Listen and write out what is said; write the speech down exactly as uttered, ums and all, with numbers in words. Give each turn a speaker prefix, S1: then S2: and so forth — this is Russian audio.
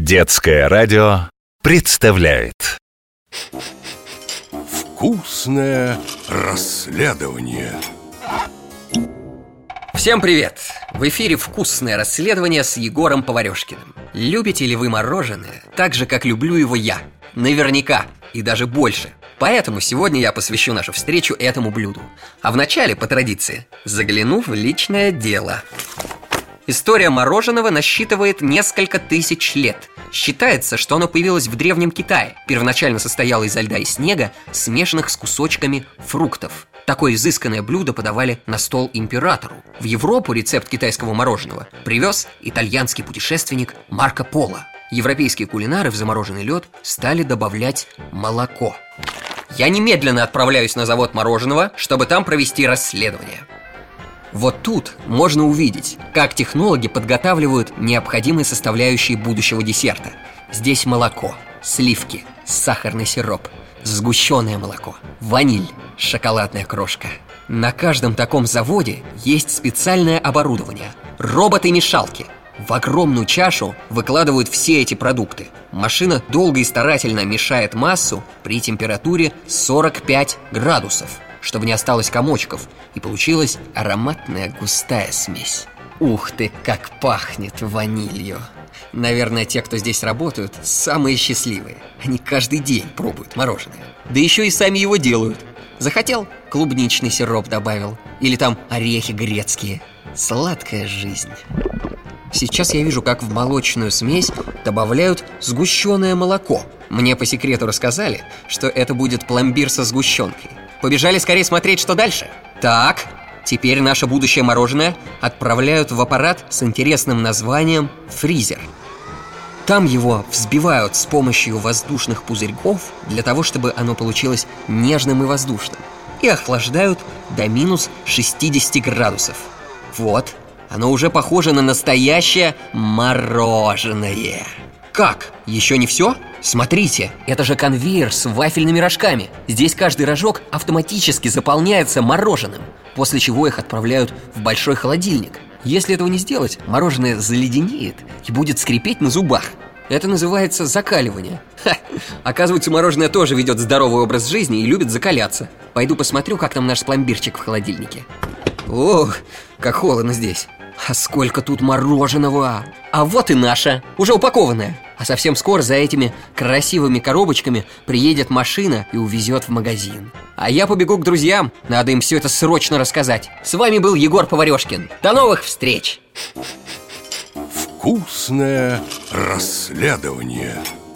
S1: Детское радио представляет
S2: Вкусное расследование.
S3: Всем привет! В эфире «Вкусное расследование» с Егором Поварёшкиным. Любите ли вы мороженое так же, как люблю его я? Наверняка, и даже больше. Поэтому сегодня я посвящу нашу встречу этому блюду. А вначале, по традиции, загляну в личное дело. История мороженого насчитывает несколько тысяч лет. Считается, что оно появилось в Древнем Китае. Первоначально состояло из льда и снега, смешанных с кусочками фруктов. Такое изысканное блюдо подавали на стол императору. В Европу рецепт китайского мороженого привез итальянский путешественник Марко Поло. Европейские кулинары в замороженный лед стали добавлять молоко. Я немедленно отправляюсь на завод мороженого, чтобы там провести расследование. Вот тут можно увидеть, как технологи подготавливают необходимые составляющие будущего десерта. Здесь молоко, сливки, сахарный сироп, сгущенное молоко, ваниль, шоколадная крошка. На каждом таком заводе есть специальное оборудование – роботы-мешалки. В огромную чашу выкладывают все эти продукты. Машина долго и старательно мешает массу при температуре сорок пять градусов, чтобы не осталось комочков, и получилась ароматная густая смесь. Ух ты, как пахнет ванилью! Наверное, те, кто здесь работают, самые счастливые. Они каждый день пробуют мороженое. Да еще и сами его делают. Захотел – клубничный сироп добавил. Или там орехи грецкие. Сладкая жизнь. Сейчас я вижу, как в молочную смесь добавляют сгущенное молоко. Мне по секрету рассказали, что это будет пломбир со сгущенкой. Побежали скорее смотреть, что дальше. Так, теперь наше будущее мороженое отправляют в аппарат с интересным названием фризер. Там его взбивают с помощью воздушных пузырьков для того, чтобы оно получилось нежным и воздушным, и охлаждают до минус шестидесяти градусов. Вот, оно уже похоже на настоящее мороженое. Как? Еще не все? Смотрите, это же конвейер с вафельными рожками. Здесь каждый рожок автоматически заполняется мороженым, после чего их отправляют в большой холодильник. Если этого не сделать, мороженое заледенеет и будет скрипеть на зубах. Это называется закаливание. Ха! Оказывается, мороженое тоже ведет здоровый образ жизни и любит закаляться. Пойду посмотрю, как там наш пломбирчик в холодильнике. Ох, как холодно здесь. А сколько тут мороженого! А вот и наша, уже упакованная. А совсем скоро за этими красивыми коробочками приедет машина и увезет в магазин. А я побегу к друзьям, надо им все это срочно рассказать. С вами был Егор Поварёшкин. До новых встреч!
S2: Вкусное расследование.